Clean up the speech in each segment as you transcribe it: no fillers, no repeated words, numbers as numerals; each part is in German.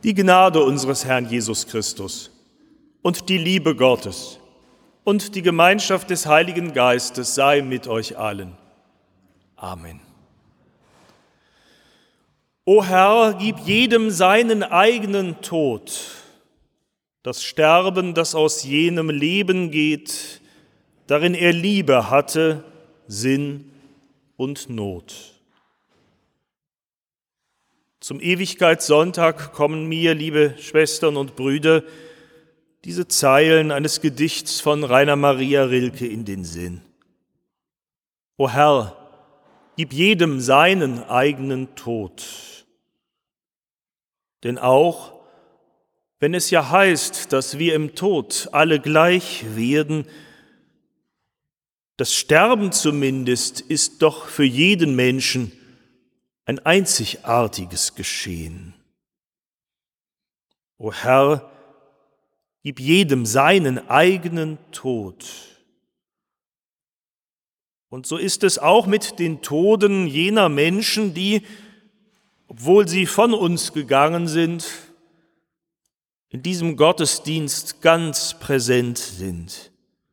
Die Gnade unseres Herrn Jesus Christus und die Liebe Gottes und die Gemeinschaft des Heiligen Geistes sei mit euch allen. Amen. O Herr, gib jedem seinen eigenen Tod, das Sterben, das aus jenem Leben geht, darin er Liebe hatte, Sinn und Not. Zum Ewigkeitssonntag kommen mir, liebe Schwestern und Brüder, diese Zeilen eines Gedichts von Rainer Maria Rilke in den Sinn. O Herr, gib jedem seinen eigenen Tod. Denn auch, wenn es ja heißt, dass wir im Tod alle gleich werden, das Sterben zumindest ist doch für jeden Menschen ein einzigartiges Geschehen. O Herr, gib jedem seinen eigenen Tod. Und so ist es auch mit den Toden jener Menschen, die, obwohl sie von uns gegangen sind, in diesem Gottesdienst ganz präsent sind,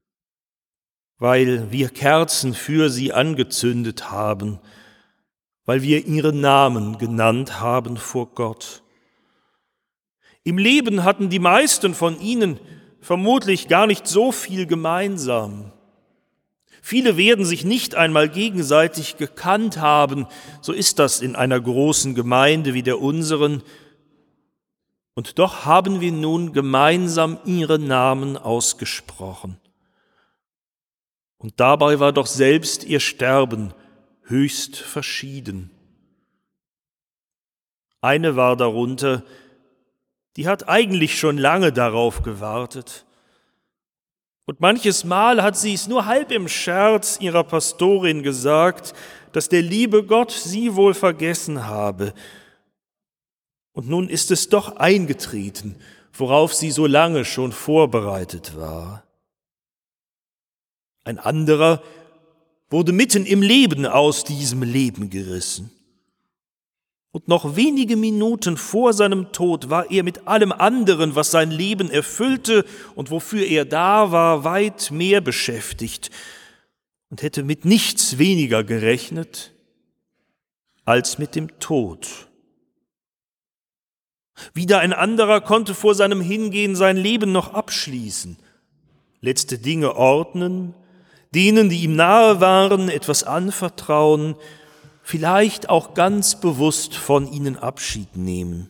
weil wir Kerzen für sie angezündet haben, weil wir ihren Namen genannt haben vor Gott. Im Leben hatten die meisten von ihnen vermutlich gar nicht so viel gemeinsam. Viele werden sich nicht einmal gegenseitig gekannt haben, so ist das in einer großen Gemeinde wie der unseren. Und doch haben wir nun gemeinsam ihre Namen ausgesprochen. Und dabei war doch selbst ihr Sterben höchst verschieden. Eine war darunter, die hat eigentlich schon lange darauf gewartet. Und manches Mal hat sie es nur halb im Scherz ihrer Pastorin gesagt, dass der liebe Gott sie wohl vergessen habe. Und nun ist es doch eingetreten, worauf sie so lange schon vorbereitet war. Ein anderer wurde mitten im Leben aus diesem Leben gerissen. Und noch wenige Minuten vor seinem Tod war er mit allem anderen, was sein Leben erfüllte und wofür er da war, weit mehr beschäftigt und hätte mit nichts weniger gerechnet als mit dem Tod. Wieder ein anderer konnte vor seinem Hingehen sein Leben noch abschließen, letzte Dinge ordnen, denen, die ihm nahe waren, etwas anvertrauen, vielleicht auch ganz bewusst von ihnen Abschied nehmen.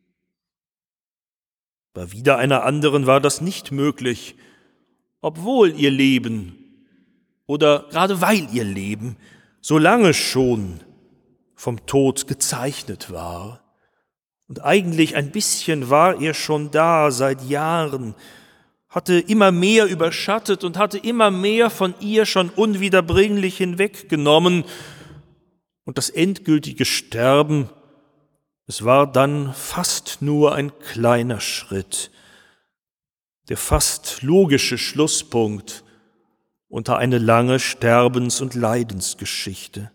Bei wieder einer anderen war das nicht möglich, obwohl ihr Leben oder gerade weil ihr Leben so lange schon vom Tod gezeichnet war. Und eigentlich ein bisschen war er schon da seit Jahren, hatte immer mehr überschattet und hatte immer mehr von ihr schon unwiederbringlich hinweggenommen. Und das endgültige Sterben, es war dann fast nur ein kleiner Schritt, der fast logische Schlusspunkt unter eine lange Sterbens- und Leidensgeschichte.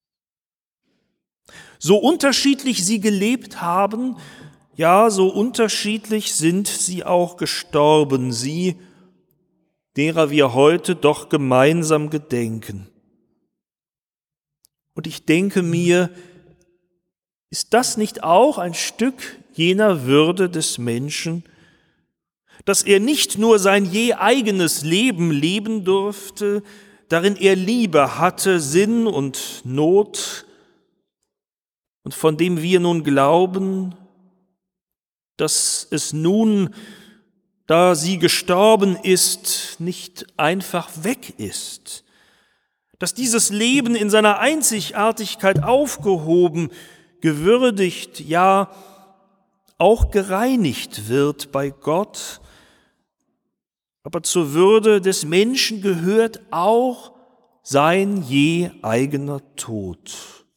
So unterschiedlich sie gelebt haben, ja, so unterschiedlich sind sie auch gestorben, sie, derer wir heute doch gemeinsam gedenken. Und ich denke mir, ist das nicht auch ein Stück jener Würde des Menschen, dass er nicht nur sein je eigenes Leben leben durfte, darin er Liebe hatte, Sinn und Not, und von dem wir nun glauben, dass es nun, da sie gestorben ist, nicht einfach weg ist, dass dieses Leben in seiner Einzigartigkeit aufgehoben, gewürdigt, ja auch gereinigt wird bei Gott. Aber zur Würde des Menschen gehört auch sein je eigener Tod.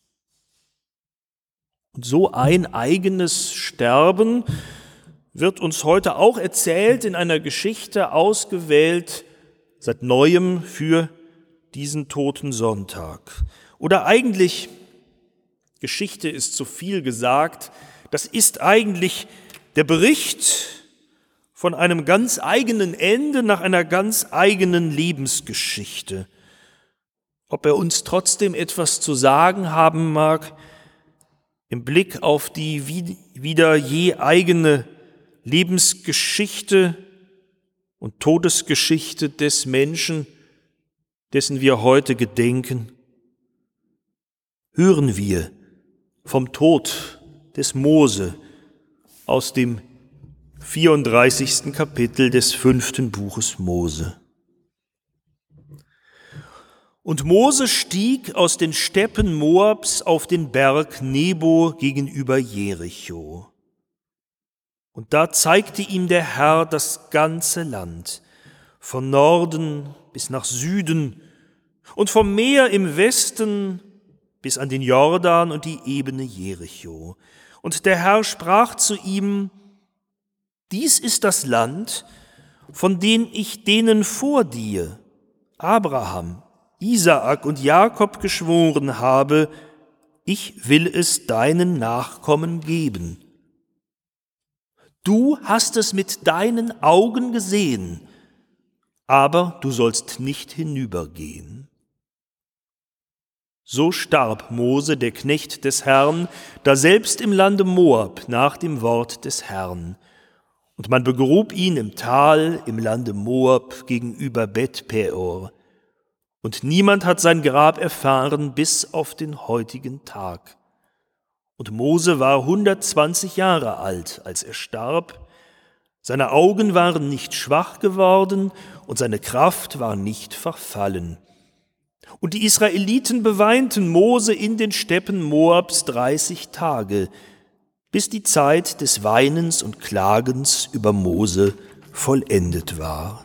Und so ein eigenes Sterben wird uns heute auch erzählt in einer Geschichte ausgewählt, seit Neuem für diesen Toten Sonntag. Oder eigentlich, Geschichte ist zu viel gesagt, das ist eigentlich Der Bericht von einem ganz eigenen Ende nach einer ganz eigenen Lebensgeschichte. Ob er uns trotzdem etwas zu sagen haben mag, im Blick auf die wieder je eigene Lebensgeschichte und Todesgeschichte des Menschen, dessen wir heute gedenken, hören wir vom Tod des Mose aus dem 34. Kapitel des 5. Buches Mose. Und Mose stieg aus den Steppen Moabs auf den Berg Nebo gegenüber Jericho. Und da zeigte ihm der Herr das ganze Land, von Norden bis nach Süden und vom Meer im Westen bis an den Jordan und die Ebene Jericho. Und der Herr sprach zu ihm: Dies ist das Land, von dem ich denen vor dir, Abraham, Isaak und Jakob, geschworen habe, ich will es deinen Nachkommen geben. Du hast es mit deinen Augen gesehen, aber du sollst nicht hinübergehen. So starb Mose, der Knecht des Herrn, daselbst im Lande Moab nach dem Wort des Herrn. Und man begrub ihn im Tal im Lande Moab gegenüber Bet-Peor. Und niemand hat sein Grab erfahren bis auf den heutigen Tag. Und Mose war 120 Jahre alt, als er starb. Seine Augen waren nicht schwach geworden und seine Kraft war nicht verfallen. Und die Israeliten beweinten Mose in den Steppen Moabs 30 Tage, bis die Zeit des Weinens und Klagens über Mose vollendet war.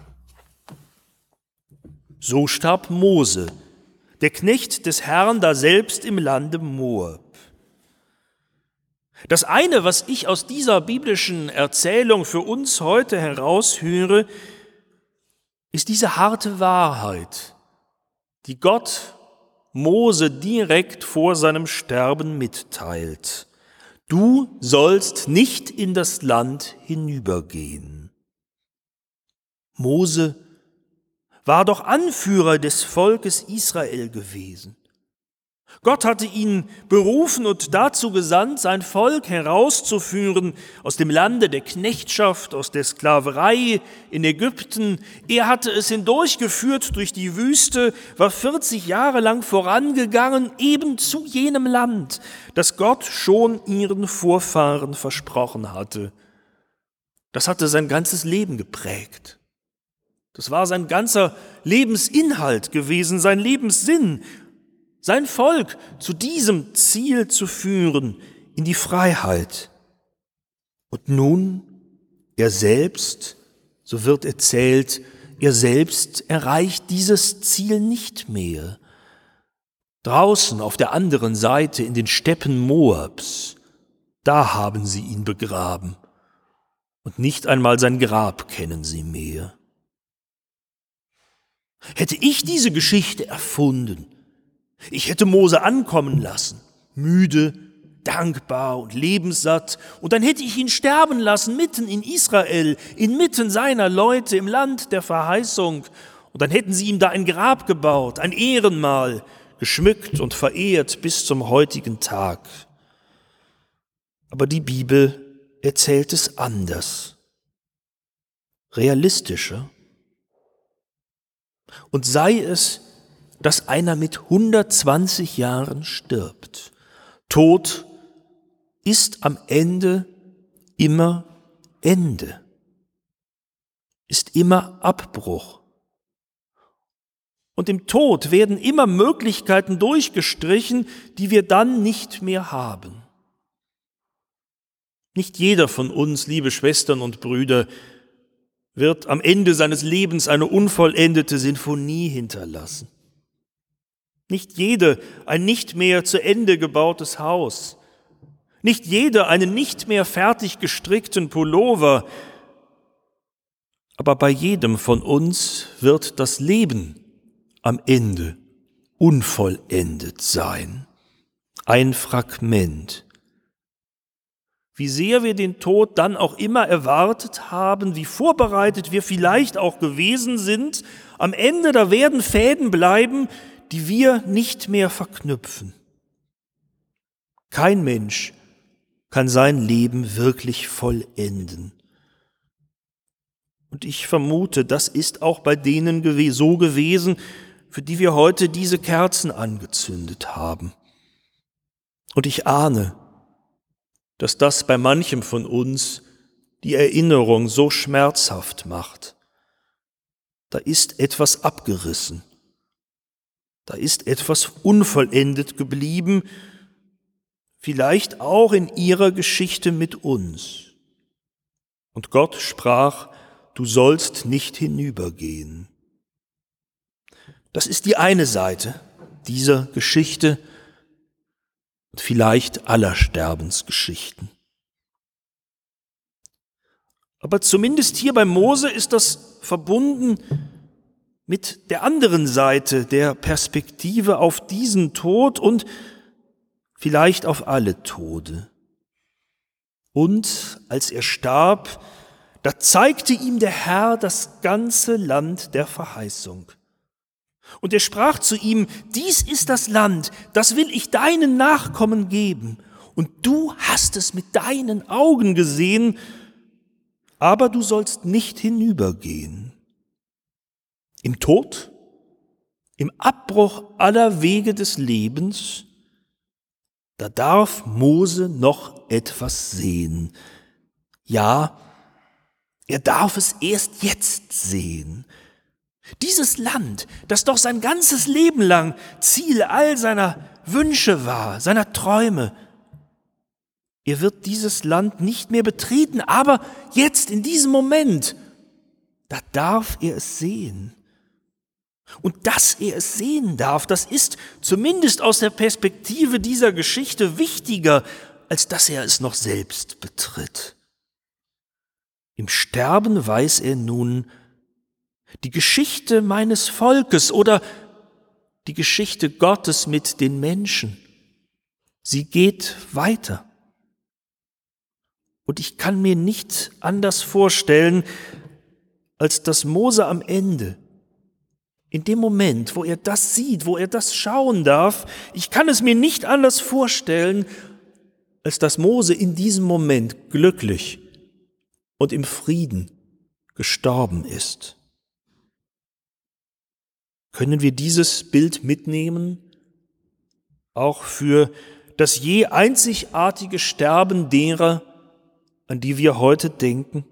So starb Mose, der Knecht des Herrn, daselbst im Lande Moab. Das eine, was ich aus dieser biblischen Erzählung für uns heute heraushöre, ist diese harte Wahrheit, die Gott Mose direkt vor seinem Sterben mitteilt. Du sollst nicht in das Land hinübergehen. Mose war doch Anführer des Volkes Israel gewesen. Gott hatte ihn berufen und dazu gesandt, sein Volk herauszuführen aus dem Lande der Knechtschaft, aus der Sklaverei in Ägypten. Er hatte es hindurchgeführt durch die Wüste, war 40 Jahre lang vorangegangen, eben zu jenem Land, das Gott schon ihren Vorfahren versprochen hatte. Das hatte sein ganzes Leben geprägt. Das war sein ganzer Lebensinhalt gewesen, sein Lebenssinn, sein Volk zu diesem Ziel zu führen, in die Freiheit. Und nun, er selbst, so wird erzählt, er selbst erreicht dieses Ziel nicht mehr. Draußen auf der anderen Seite in den Steppen Moabs, da haben sie ihn begraben. Und nicht einmal sein Grab kennen sie mehr. Hätte ich diese Geschichte erfunden, ich hätte Mose ankommen lassen, müde, dankbar und lebenssatt, und dann hätte ich ihn sterben lassen, mitten in Israel, inmitten seiner Leute im Land der Verheißung, und dann hätten sie ihm da ein Grab gebaut, ein Ehrenmal, geschmückt und verehrt bis zum heutigen Tag. Aber die Bibel erzählt es anders, realistischer. Und sei es, dass einer mit 120 Jahren stirbt. Tod ist am Ende immer Ende, ist immer Abbruch. Und im Tod werden immer Möglichkeiten durchgestrichen, die wir dann nicht mehr haben. Nicht jeder von uns, liebe Schwestern und Brüder, wird am Ende seines Lebens eine unvollendete Sinfonie hinterlassen. Nicht jede ein nicht mehr zu Ende gebautes Haus. Nicht jeder einen nicht mehr fertig gestrickten Pullover. Aber bei jedem von uns wird das Leben am Ende unvollendet sein. Ein Fragment. wie sehr wir den Tod dann auch immer erwartet haben, wie vorbereitet wir vielleicht auch gewesen sind, am Ende, da werden Fäden bleiben, die wir nicht mehr verknüpfen. Kein Mensch kann sein Leben wirklich vollenden. Und ich vermute, das ist auch bei denen so gewesen, für die wir heute diese Kerzen angezündet haben. Und ich ahne, dass das bei manchem von uns die Erinnerung so schmerzhaft macht. Da ist etwas abgerissen. Da ist etwas unvollendet geblieben, vielleicht auch in ihrer Geschichte mit uns. Und Gott sprach, du sollst nicht hinübergehen. Das ist die eine Seite dieser Geschichte und vielleicht aller Sterbensgeschichten. Aber zumindest hier bei Mose ist das verbunden mit der anderen Seite der Perspektive auf diesen Tod und vielleicht auf alle Tode. Und als er starb, da zeigte ihm der Herr das ganze Land der Verheißung. Und er sprach zu ihm, dies ist das Land, das will ich deinen Nachkommen geben. Und du hast es mit deinen Augen gesehen, aber du sollst nicht hinübergehen. Im Tod, im Abbruch aller Wege des Lebens, da darf Mose noch etwas sehen. Ja, er darf es erst jetzt sehen. Dieses Land, das doch sein ganzes Leben lang Ziel all seiner Wünsche war, seiner Träume. Er wird dieses Land nicht mehr betreten, aber jetzt in diesem Moment, da darf er es sehen. Und dass er es sehen darf, das ist zumindest aus der Perspektive dieser Geschichte wichtiger, als dass er es noch selbst betritt. Im Sterben weiß er nun, die Geschichte meines Volkes oder die Geschichte Gottes mit den Menschen, sie geht weiter. Und ich kann mir nicht anders vorstellen, als dass Mose am Ende, in dem Moment, wo er das sieht, wo er das schauen darf, ich kann es mir nicht anders vorstellen, als dass Mose in diesem Moment glücklich und im Frieden gestorben ist. Können wir dieses Bild mitnehmen, auch für das je einzigartige Sterben derer, an die wir heute denken?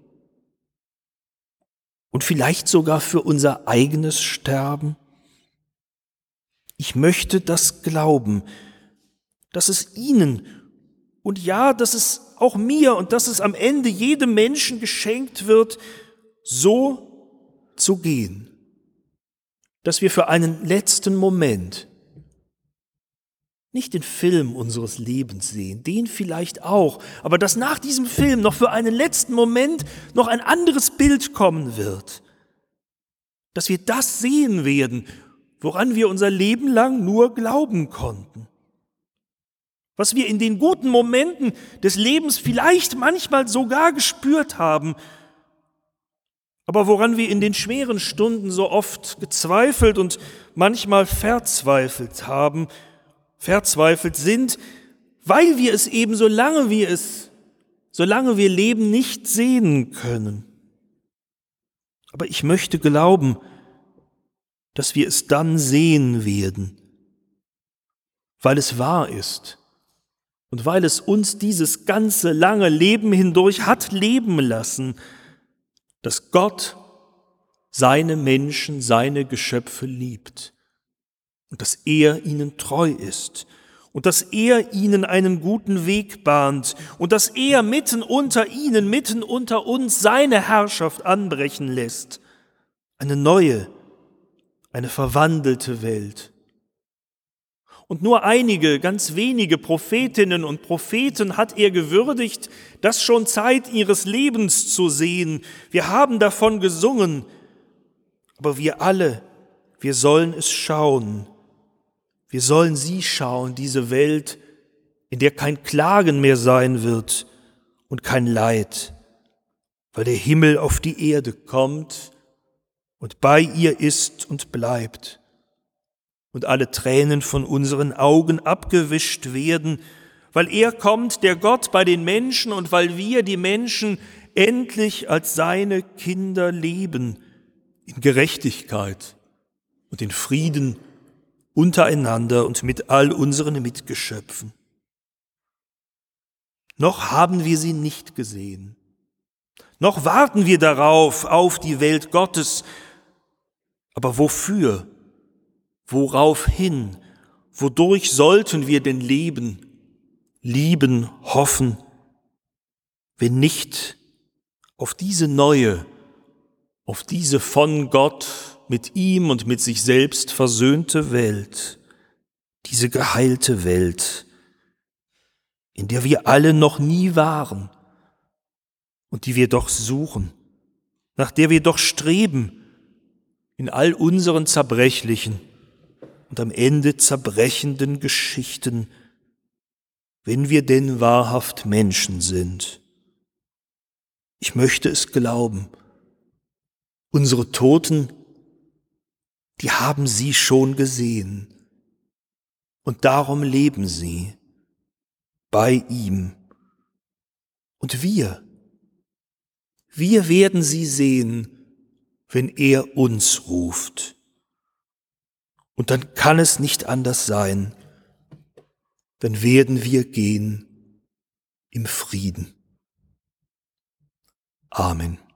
Und vielleicht sogar für unser eigenes Sterben? Ich möchte das glauben, dass es Ihnen und ja, dass es auch mir und dass es am Ende jedem Menschen geschenkt wird, so zu gehen. Dass wir für einen letzten Moment nicht den Film unseres Lebens sehen, den vielleicht auch, aber dass nach diesem Film noch für einen letzten Moment noch ein anderes Bild kommen wird. Dass wir das sehen werden, woran wir unser Leben lang nur glauben konnten. Was wir in den guten Momenten des Lebens vielleicht manchmal sogar gespürt haben, aber woran wir in den schweren Stunden so oft gezweifelt und manchmal verzweifelt sind, weil wir es eben, solange wir leben, nicht sehen können. Aber ich möchte glauben, dass wir es dann sehen werden, weil es wahr ist und weil es uns dieses ganze lange Leben hindurch hat leben lassen, dass Gott seine Menschen, seine Geschöpfe liebt und dass er ihnen treu ist und dass er ihnen einen guten Weg bahnt und dass er mitten unter ihnen, mitten unter uns seine Herrschaft anbrechen lässt. Eine neue, eine verwandelte Welt. Und nur einige, ganz wenige Prophetinnen und Propheten hat er gewürdigt, das schon Zeit ihres Lebens zu sehen. Wir haben davon gesungen, aber wir alle, wir sollen es schauen. Wir sollen sie schauen, diese Welt, in der kein Klagen mehr sein wird und kein Leid, weil der Himmel auf die Erde kommt und bei ihr ist und bleibt und alle Tränen von unseren Augen abgewischt werden, weil er kommt, der Gott bei den Menschen, und weil wir, die Menschen, endlich als seine Kinder leben, in Gerechtigkeit und in Frieden untereinander und mit all unseren Mitgeschöpfen. Noch haben wir sie nicht gesehen. Noch warten wir darauf, auf die Welt Gottes. Aber wofür? Worauf hin? Wodurch sollten wir denn leben, lieben, hoffen, wenn nicht auf diese neue, auf diese von Gott mit ihm und mit sich selbst versöhnte Welt, diese geheilte Welt, in der wir alle noch nie waren und die wir doch suchen, nach der wir doch streben, in all unseren zerbrechlichen und am Ende zerbrechenden Geschichten, wenn wir denn wahrhaft Menschen sind. Ich möchte es glauben. Unsere Toten, die haben sie schon gesehen und darum leben sie bei ihm. Und wir werden sie sehen, wenn er uns ruft. Und dann kann es nicht anders sein, dann werden wir gehen im Frieden. Amen.